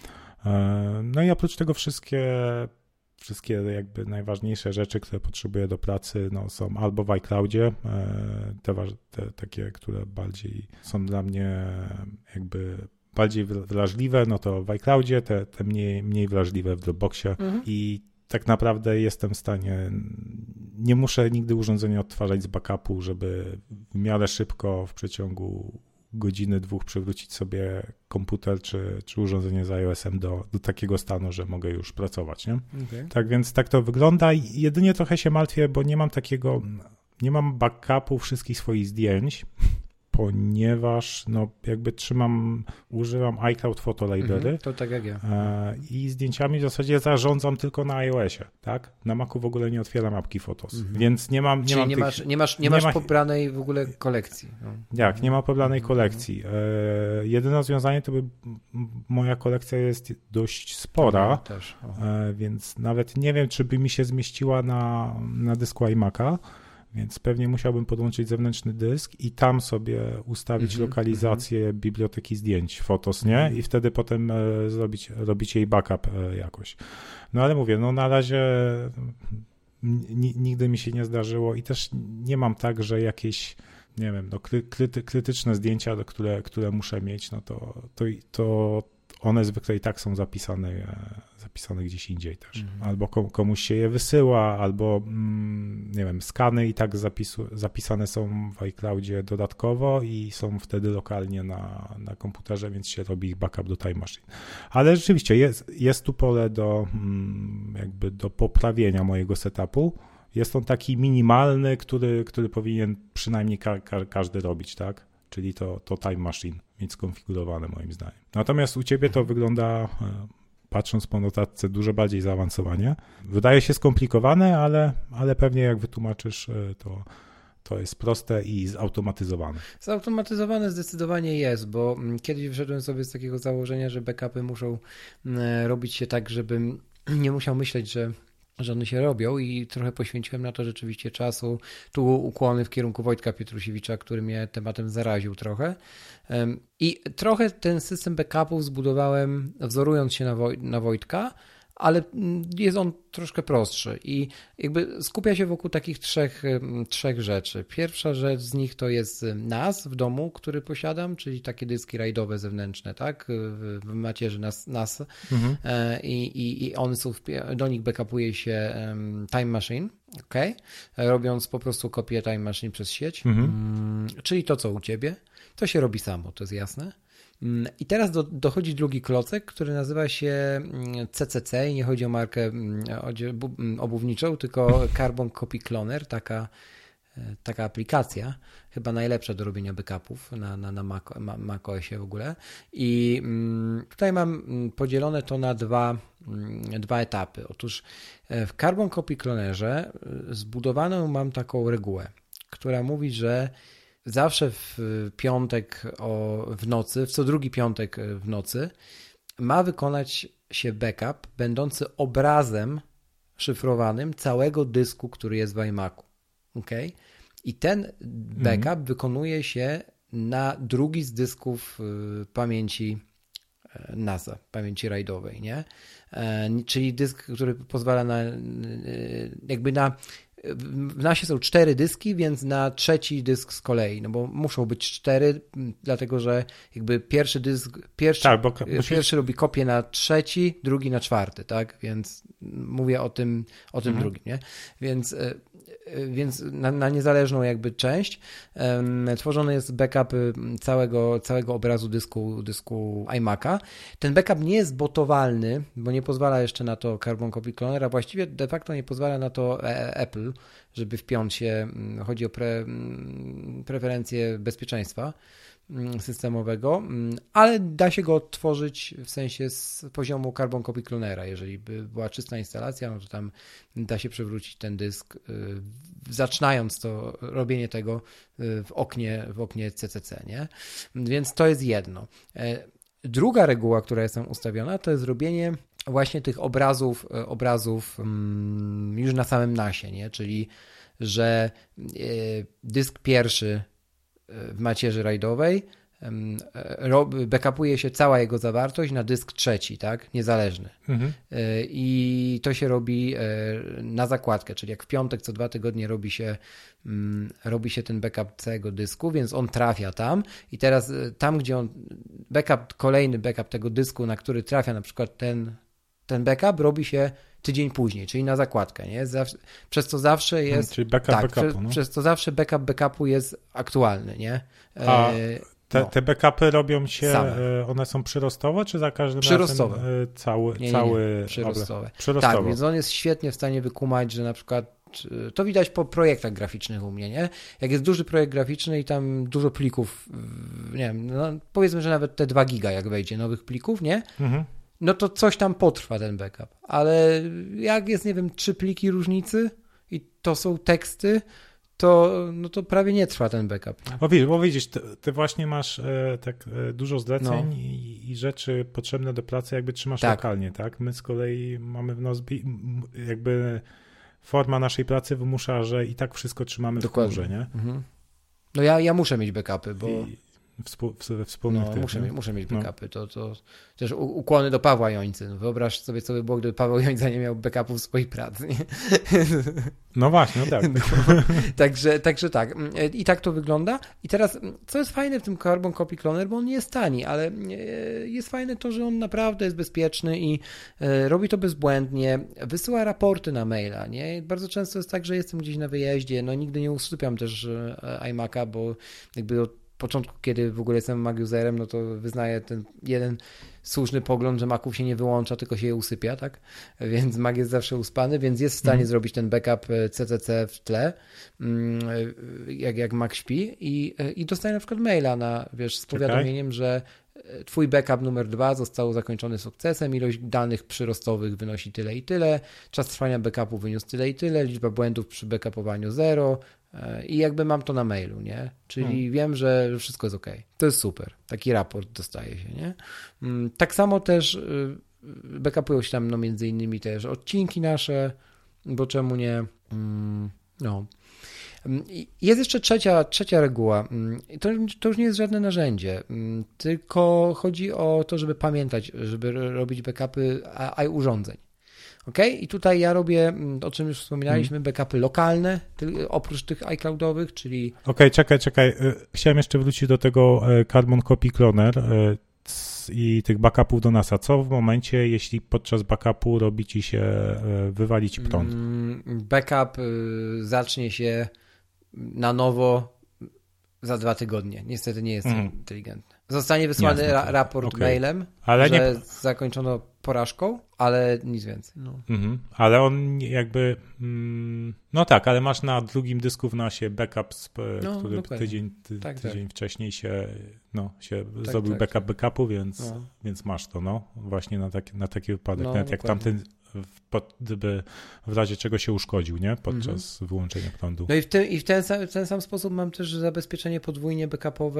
No i oprócz tego wszystkie Wszystkie jakby najważniejsze rzeczy, które potrzebuję do pracy, no, są albo w iCloudzie, te, te takie, które bardziej są dla mnie jakby bardziej wrażliwe, no to w iCloudzie, te, te mniej, mniej wrażliwe w Dropboxie mhm. i tak naprawdę jestem w stanie, nie muszę nigdy urządzenia odtwarzać z backupu, żeby w miarę szybko w przeciągu godziny, dwóch przywrócić sobie komputer czy, czy urządzenie z iOS-em do, do takiego stanu, że mogę już pracować, nie? Okay. Tak więc tak to wygląda i jedynie trochę się martwię, bo nie mam takiego, nie mam backupu wszystkich swoich zdjęć, ponieważ no jakby trzymam, używam iCloud Photo Library. Mm-hmm, to tak jak ja. I zdjęciami w zasadzie zarządzam tylko na iOSie, tak? Na Macu w ogóle nie otwieram apki Photos, mm-hmm. więc nie mam... Nie, Czyli mam nie, tych, masz, nie masz, nie nie masz ma, pobranej w ogóle kolekcji. No. Jak, nie ma pobranej kolekcji. E, jedyne rozwiązanie to by moja kolekcja jest dość spora, ja też. E, więc nawet nie wiem, czy by mi się zmieściła na, na dysku iMac'a. Więc pewnie musiałbym podłączyć zewnętrzny dysk i tam sobie ustawić mm-hmm, lokalizację mm-hmm. biblioteki zdjęć, Photos, nie? I wtedy potem e, zrobić, robić jej backup e, jakoś. No ale mówię, no na razie nigdy mi się nie zdarzyło i też nie mam tak, że jakieś, nie wiem, no, kryty, krytyczne zdjęcia, które, które muszę mieć, no to, to, to one zwykle i tak są zapisane, zapisane gdzieś indziej też. Mhm. Albo komuś się je wysyła, albo nie wiem, skany i tak zapisu, zapisane są w iCloudzie dodatkowo i są wtedy lokalnie na, na komputerze, więc się robi ich backup do Time Machine. Ale rzeczywiście jest, jest tu pole do jakby do poprawienia mojego setupu. Jest on taki minimalny, który, który powinien przynajmniej ka- ka- każdy robić, tak? Czyli to, to Time Machine mieć skonfigurowane moim zdaniem. Natomiast u ciebie to wygląda, patrząc po notatce, dużo bardziej zaawansowanie. Wydaje się skomplikowane, ale, ale pewnie jak wytłumaczysz, to, to jest proste i zautomatyzowane. Zautomatyzowane zdecydowanie jest, bo kiedyś wszedłem sobie z takiego założenia, że backupy muszą robić się tak, żebym nie musiał myśleć, że że one się robią i trochę poświęciłem na to rzeczywiście czasu. Tu ukłony w kierunku Wojtka Pietrusiewicza, który mnie tematem zaraził trochę. I trochę ten system backupów zbudowałem wzorując się na, Woj- na Wojtka, ale jest on troszkę prostszy i jakby skupia się wokół takich trzech, trzech rzeczy. Pierwsza rzecz z nich to jest N A S w domu, który posiadam, czyli takie dyski rajdowe zewnętrzne, tak, w macierzy N A S mhm. I, i, i one są, do nich backupuje się Time Machine, okay? Robiąc po prostu kopię Time Machine przez sieć, mhm. czyli to, co u ciebie, to się robi samo, to jest jasne. I teraz do, dochodzi drugi klocek, który nazywa się C C C i nie chodzi o markę obuwniczą, tylko Carbon Copy Cloner, taka, taka aplikacja, chyba najlepsza do robienia backupów na, na, na Mac, macOSie w ogóle. I tutaj mam podzielone to na dwa, dwa etapy. Otóż w Carbon Copy Clonerze zbudowaną mam taką regułę, która mówi, że zawsze w piątek o, w nocy, w co drugi piątek w nocy ma wykonać się backup będący obrazem szyfrowanym całego dysku, który jest w iMacu. Okay? I ten backup mhm. wykonuje się na drugi z dysków pamięci NASA, pamięci rajdowej, nie? Czyli dysk, który pozwala na jakby na w nasie są cztery dyski, więc na trzeci dysk z kolei, no bo muszą być cztery, dlatego że jakby pierwszy dysk, pierwszy, tak, bo pierwszy musisz... robi kopię na trzeci, drugi na czwarty, tak, więc mówię o tym, o tym mhm. drugim, nie, więc, więc na, na niezależną jakby część um, tworzony jest backup całego, całego obrazu dysku, dysku iMac'a. Ten backup nie jest botowalny, bo nie pozwala jeszcze na to Carbon Copy Cloner, a właściwie de facto nie pozwala na to Apple, żeby wpiąć się, chodzi o pre, preferencje bezpieczeństwa systemowego, ale da się go odtworzyć w sensie z poziomu Carbon Copy Clonera. Jeżeli by była czysta instalacja, no to tam da się przewrócić ten dysk, zaczynając to robienie tego w oknie, w oknie C C C, nie? Więc to jest jedno. Druga reguła, która jest tam ustawiona, to jest robienie właśnie tych obrazów, obrazów już na samym nasie, nie? Czyli że dysk pierwszy w macierzy rajdowej backupuje się cała jego zawartość na dysk trzeci, tak, niezależny. Mhm. I to się robi na zakładkę, czyli jak w piątek co dwa tygodnie robi się, robi się ten backup całego dysku, więc on trafia tam i teraz tam, gdzie on, backup, kolejny backup tego dysku, na który trafia na przykład ten, ten backup, robi się tydzień później, czyli na zakładkę, nie? Zawsze, przez co zawsze jest... Czyli backup tak, backupu, przez, no. przez co zawsze backup backupu jest aktualny, nie? A te, no. te backupy robią się, Same. one są przyrostowe, czy za każdym przyrostowe. razem cały... Nie, nie, cały nie. Przyrostowe. Przyrostowe. Tak, więc on jest świetnie w stanie wykumać, że na przykład to widać po projektach graficznych u mnie, nie? Jak jest duży projekt graficzny i tam dużo plików, nie wiem, no powiedzmy, że nawet te dwa giga jak wejdzie nowych plików, nie? Mhm. No to coś tam potrwa ten backup, ale jak jest, nie wiem, trzy pliki różnicy i to są teksty, to, no to prawie nie trwa ten backup. Bo widzisz, bo widzisz ty, ty właśnie masz e, tak e, dużo zleceń no. i, i rzeczy potrzebne do pracy jakby trzymasz tak. lokalnie, tak? My z kolei mamy w Nozbi, jakby forma naszej pracy wymusza, że i tak wszystko trzymamy Dokładnie. w chmurze, nie? Mhm. No ja, ja muszę mieć backupy, bo... I... współ, we wspólnych no, tych, muszę, nie? mieć, muszę mieć backupy. To, to też ukłony do Pawła Jońcy. No, wyobraź sobie, co by było, gdyby Paweł Jońca nie miał backupów swoich prac. Nie? No właśnie, no tak. No, także, także tak. I tak to wygląda. I teraz, co jest fajne w tym Carbon Copy Cloner, bo on nie jest tani, ale jest fajne to, że on naprawdę jest bezpieczny i robi to bezbłędnie. Wysyła raporty na maila, nie? Bardzo często jest tak, że jestem gdzieś na wyjeździe, no nigdy nie usypiam też iMac'a, bo jakby od początku, kiedy w ogóle jestem Mac userem, no to wyznaję ten jeden słuszny pogląd, że Maców się nie wyłącza, tylko się je usypia, tak? Więc Mac jest zawsze uspany, więc jest w stanie mm. zrobić ten backup C C C w tle, jak, jak Mac śpi i, i dostaję na przykład maila na, wiesz, z powiadomieniem, Czekaj. że twój backup numer dwa został zakończony sukcesem, ilość danych przyrostowych wynosi tyle i tyle, czas trwania backupu wyniósł tyle i tyle, liczba błędów przy backupowaniu zero i jakby mam to na mailu, nie? Czyli hmm. wiem, że wszystko jest ok. To jest super. Taki raport dostaje się, nie? Tak samo też backupują się tam no między innymi też odcinki nasze, bo czemu nie? No. Jest jeszcze trzecia, trzecia reguła. To, to już nie jest żadne narzędzie, tylko chodzi o to, żeby pamiętać, żeby robić backupy urządzeń. Ok? I tutaj ja robię, o czym już wspominaliśmy, backupy lokalne, oprócz tych iCloudowych, czyli... Okej, okay, czekaj, czekaj. Chciałem jeszcze wrócić do tego Carbon Copy Cloner i tych backupów do NASA. Co w momencie, jeśli podczas backupu robi ci się, wywali ci prąd? Backup zacznie się na nowo za dwa tygodnie. Niestety nie jest mm. inteligentny. Zostanie wysłany Jasne, ra- raport okay. mailem, ale że nie... zakończono porażką, ale nic więcej. No. Mm-hmm. Ale on jakby... Mm, no tak, ale masz na drugim dysku w nasie backup, no, który dokładnie. tydzień, ty, tak, tydzień tak. wcześniej się, no, się tak, zrobił tak, backup tak. backupu, więc, no. więc masz to, no, właśnie na taki, na taki wypadek. No, Nawet jak tamten, pod, gdyby w razie czego się uszkodził, nie? Podczas mm-hmm. wyłączenia prądu. No i w, tym, i w ten, sam, w ten sam sposób mam też zabezpieczenie podwójnie backupowe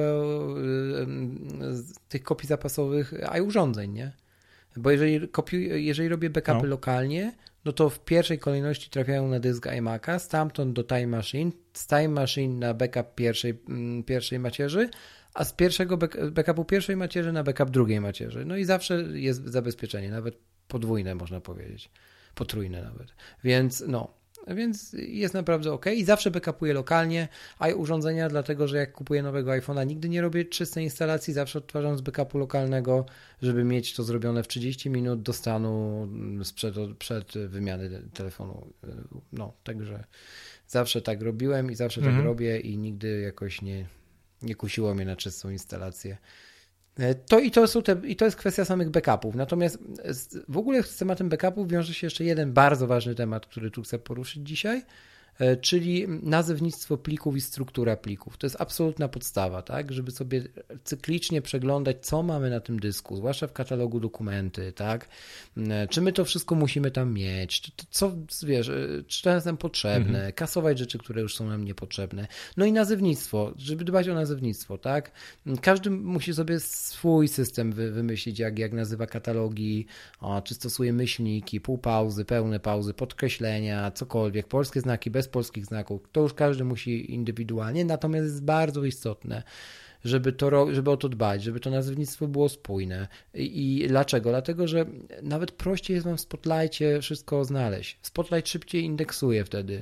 yy, tych kopii zapasowych iUrządzeń, nie? Bo jeżeli, kopiuję, jeżeli robię backupy no. lokalnie, no to w pierwszej kolejności trafiają na dysk iMac'a, stamtąd do Time Machine, z Time Machine na backup pierwszej, pierwszej macierzy, a z pierwszego back, backupu pierwszej macierzy na backup drugiej macierzy. No i zawsze jest zabezpieczenie, nawet podwójne można powiedzieć, potrójne nawet. Więc no, więc jest naprawdę ok. I zawsze backupuję lokalnie iUrządzenia, dlatego że jak kupuję nowego iPhone'a, nigdy nie robię czystej instalacji, zawsze odtwarzam z backupu lokalnego, żeby mieć to zrobione w trzydzieści minut do stanu sprzed, przed wymiany telefonu. No, także zawsze tak robiłem i zawsze mhm. tak robię i nigdy jakoś nie, nie kusiło mnie na czystą instalację. To i to, są te, i to jest kwestia samych backupów. Natomiast w ogóle z tematem backupów wiąże się jeszcze jeden bardzo ważny temat, który tu chcę poruszyć dzisiaj, czyli nazewnictwo plików i struktura plików. To jest absolutna podstawa, tak, żeby sobie cyklicznie przeglądać, co mamy na tym dysku, zwłaszcza w katalogu dokumenty, tak, czy my to wszystko musimy tam mieć, czy to, co, wiesz, czy to jest nam potrzebne, mhm. kasować rzeczy, które już są nam niepotrzebne. No i nazewnictwo, żeby dbać o nazewnictwo, tak. Każdy musi sobie swój system wy, wymyślić, jak, jak nazywa katalogi, o, czy stosuje myślniki, półpauzy, pełne pauzy, podkreślenia, cokolwiek, polskie znaki, bez polskich znaków. To już każdy musi indywidualnie, natomiast jest bardzo istotne, żeby, to, żeby o to dbać, żeby to nazewnictwo było spójne. I, i dlaczego? Dlatego, że nawet prościej jest wam w Spotlightie wszystko znaleźć. Spotlight szybciej indeksuje wtedy.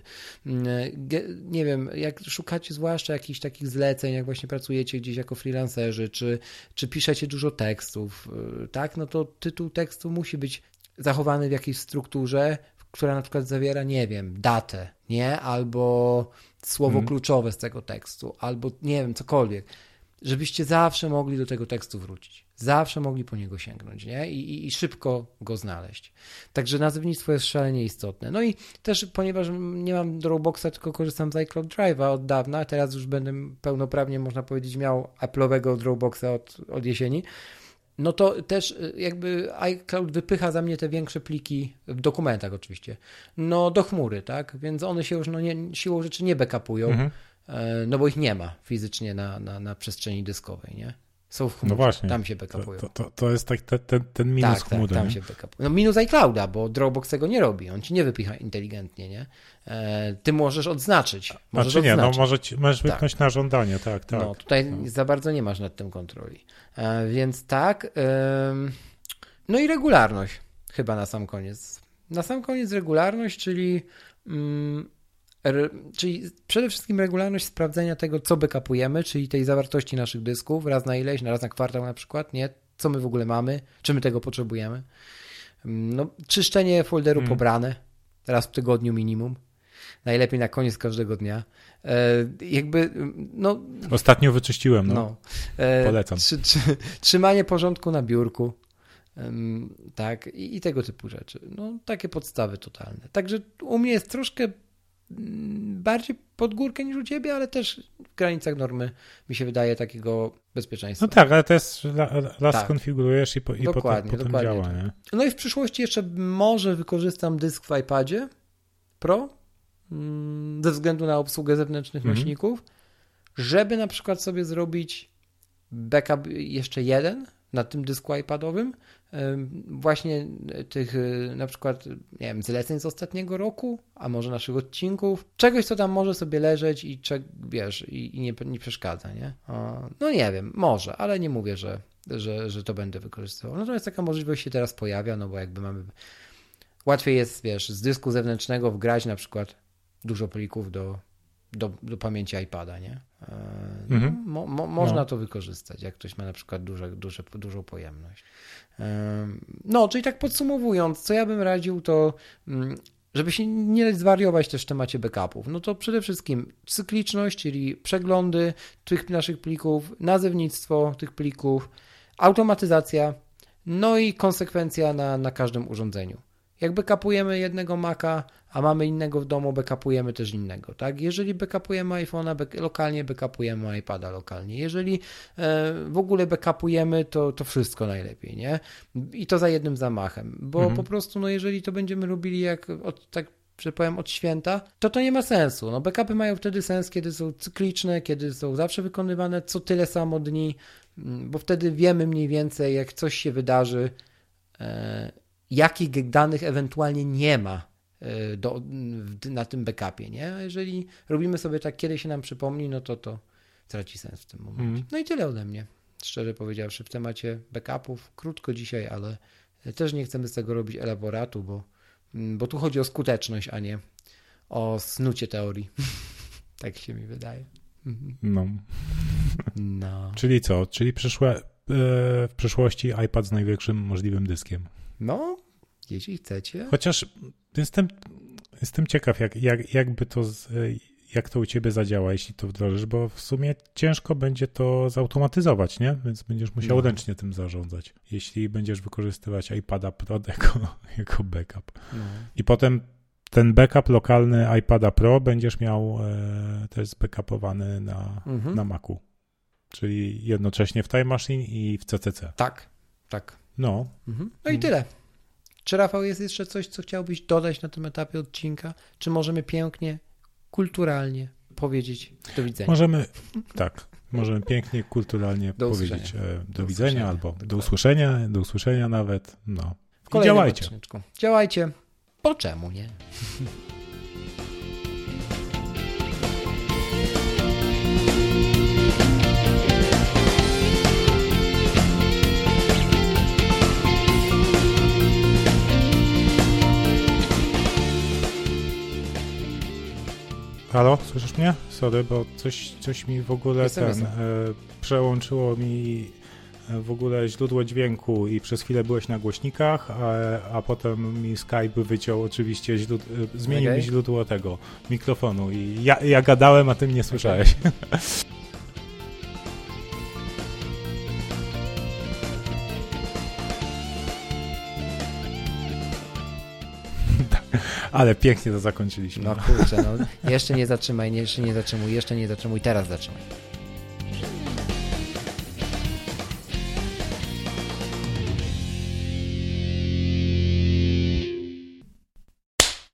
Nie wiem, jak szukacie zwłaszcza jakichś takich zleceń, jak właśnie pracujecie gdzieś jako freelancerzy, czy, czy piszecie dużo tekstów, tak? No to tytuł tekstu musi być zachowany w jakiejś strukturze, która na przykład zawiera, nie wiem, datę, nie? Albo słowo mm. kluczowe z tego tekstu, albo nie wiem, cokolwiek. Żebyście zawsze mogli do tego tekstu wrócić. Zawsze mogli po niego sięgnąć, nie? I, i, i szybko go znaleźć. Także nazewnictwo jest szalenie istotne. No i też, ponieważ nie mam Dropboxa, tylko korzystam z iCloud Drive'a od dawna, teraz już będę pełnoprawnie, można powiedzieć, miał Apple'owego Dropboxa od, od jesieni, no to też jakby iCloud wypycha za mnie te większe pliki, w dokumentach oczywiście, no do chmury, tak? Więc one się już no nie, siłą rzeczy nie backupują, mhm. no bo ich nie ma fizycznie na, na, na przestrzeni dyskowej, nie? są w chmurze, no właśnie, tam się backupują. To, to, to jest tak te, te, ten minus tak, chmury. Tak, tam nie? się backupują. No minus iClouda, bo Dropbox tego nie robi, on ci nie wypycha inteligentnie, nie? E, ty możesz odznaczyć. Możesz znaczy nie, odznaczyć. no może ci, możesz wypchnąć tak. na żądanie, tak, tak. No tutaj no. za bardzo nie masz nad tym kontroli. E, więc tak. E, no i regularność chyba na sam koniec. Na sam koniec regularność, czyli mm, re, czyli przede wszystkim regularność sprawdzenia tego, co backupujemy, czyli tej zawartości naszych dysków, raz na ileś, na raz na kwartał na przykład, nie? Co my w ogóle mamy, czy my tego potrzebujemy. No, czyszczenie folderu hmm. pobrane, raz w tygodniu minimum. Najlepiej na koniec każdego dnia. E, jakby, no... Ostatnio wyczyściłem, no. no e, Polecam. Trzy, trzy, trzymanie porządku na biurku. Um, tak, i, i tego typu rzeczy. No, takie podstawy totalne. Także u mnie jest troszkę bardziej pod górkę niż u ciebie, ale też w granicach normy mi się wydaje takiego bezpieczeństwa. No tak, ale to jest raz tak. skonfigurujesz i, po, i dokładnie, potem, potem dokładnie działa. tak. Nie? No i w przyszłości jeszcze może wykorzystam dysk w iPadzie Pro ze względu na obsługę zewnętrznych mm-hmm. nośników, żeby na przykład sobie zrobić backup jeszcze jeden na tym dysku iPadowym, właśnie tych na przykład, nie wiem, zleceń z ostatniego roku, a może naszych odcinków, czegoś, co tam może sobie leżeć i wiesz, i, i nie, nie przeszkadza, nie? No nie wiem, może, ale nie mówię, że, że, że to będę wykorzystywał. Natomiast taka możliwość się teraz pojawia, no bo jakby mamy, łatwiej jest, wiesz, z dysku zewnętrznego wgrać na przykład dużo plików do, do, do pamięci iPada, nie? No, mm-hmm. mo, mo, można no. to wykorzystać, jak ktoś ma na przykład duże, duże, dużą pojemność. No, czyli tak podsumowując, co ja bym radził, to żeby się nie zwariować też w temacie backupów, no to przede wszystkim cykliczność, czyli przeglądy tych naszych plików, nazewnictwo tych plików, automatyzacja, no i konsekwencja na, na każdym urządzeniu. Jak backupujemy jednego Maca, a mamy innego w domu, backupujemy też innego, tak? Jeżeli backupujemy iPhone'a back, lokalnie, backupujemy iPada lokalnie. Jeżeli e, w ogóle backupujemy, to, to wszystko najlepiej, nie? I to za jednym zamachem, bo mhm. po prostu, no jeżeli to będziemy robili jak od, tak, że powiem, od święta, to to nie ma sensu. No backupy mają wtedy sens, kiedy są cykliczne, kiedy są zawsze wykonywane co tyle samo dni, bo wtedy wiemy mniej więcej, jak coś się wydarzy, e, jakich danych ewentualnie nie ma do, na tym backupie, nie? A jeżeli robimy sobie tak, kiedy się nam przypomni, no to to traci sens w tym momencie. Mm. No i tyle ode mnie, szczerze powiedziawszy, w temacie backupów. Krótko dzisiaj, ale też nie chcemy z tego robić elaboratu, bo, bo tu chodzi o skuteczność, a nie o snucie teorii. Tak się mi wydaje. No. no. Czyli co? Czyli przyszłe, w przyszłości iPad z największym możliwym dyskiem. No, jeśli chcecie. Chociaż jestem, jestem ciekaw, jak, jak, jakby to, jak to u ciebie zadziała, jeśli to wdrożysz, bo w sumie ciężko będzie to zautomatyzować, nie? Więc będziesz musiał no. ręcznie tym zarządzać, jeśli będziesz wykorzystywać iPada Pro jako, jako backup. No. I potem ten backup lokalny iPada Pro będziesz miał e, też zbackupowany na, mhm. na Macu, czyli jednocześnie w Time Machine i w C C C. Tak, tak. No. Mhm. No i tyle. Czy Rafał jest jeszcze coś, co chciałbyś dodać na tym etapie odcinka? Czy możemy pięknie, kulturalnie powiedzieć do widzenia? Możemy, tak, możemy pięknie, kulturalnie do powiedzieć usłyszenia. do, do widzenia usłyszenia, albo dokładnie. do usłyszenia, do usłyszenia nawet. No. W kolejnym działajcie. Odcineczku. Działajcie. Po czemu nie? Halo, słyszysz mnie? Sorry, bo coś, coś mi w ogóle jestem, ten jestem. E, przełączyło mi w ogóle źródło dźwięku i przez chwilę byłeś na głośnikach, a, a potem mi Skype wyciął oczywiście, źród, zmienił okay. mi źródło tego mikrofonu i ja, ja gadałem, a ty mnie słyszałeś. Okay. Ale pięknie to zakończyliśmy. No kurczę, no. Jeszcze nie zatrzymaj, jeszcze nie zatrzymuj, jeszcze nie zatrzymuj, teraz zatrzymaj.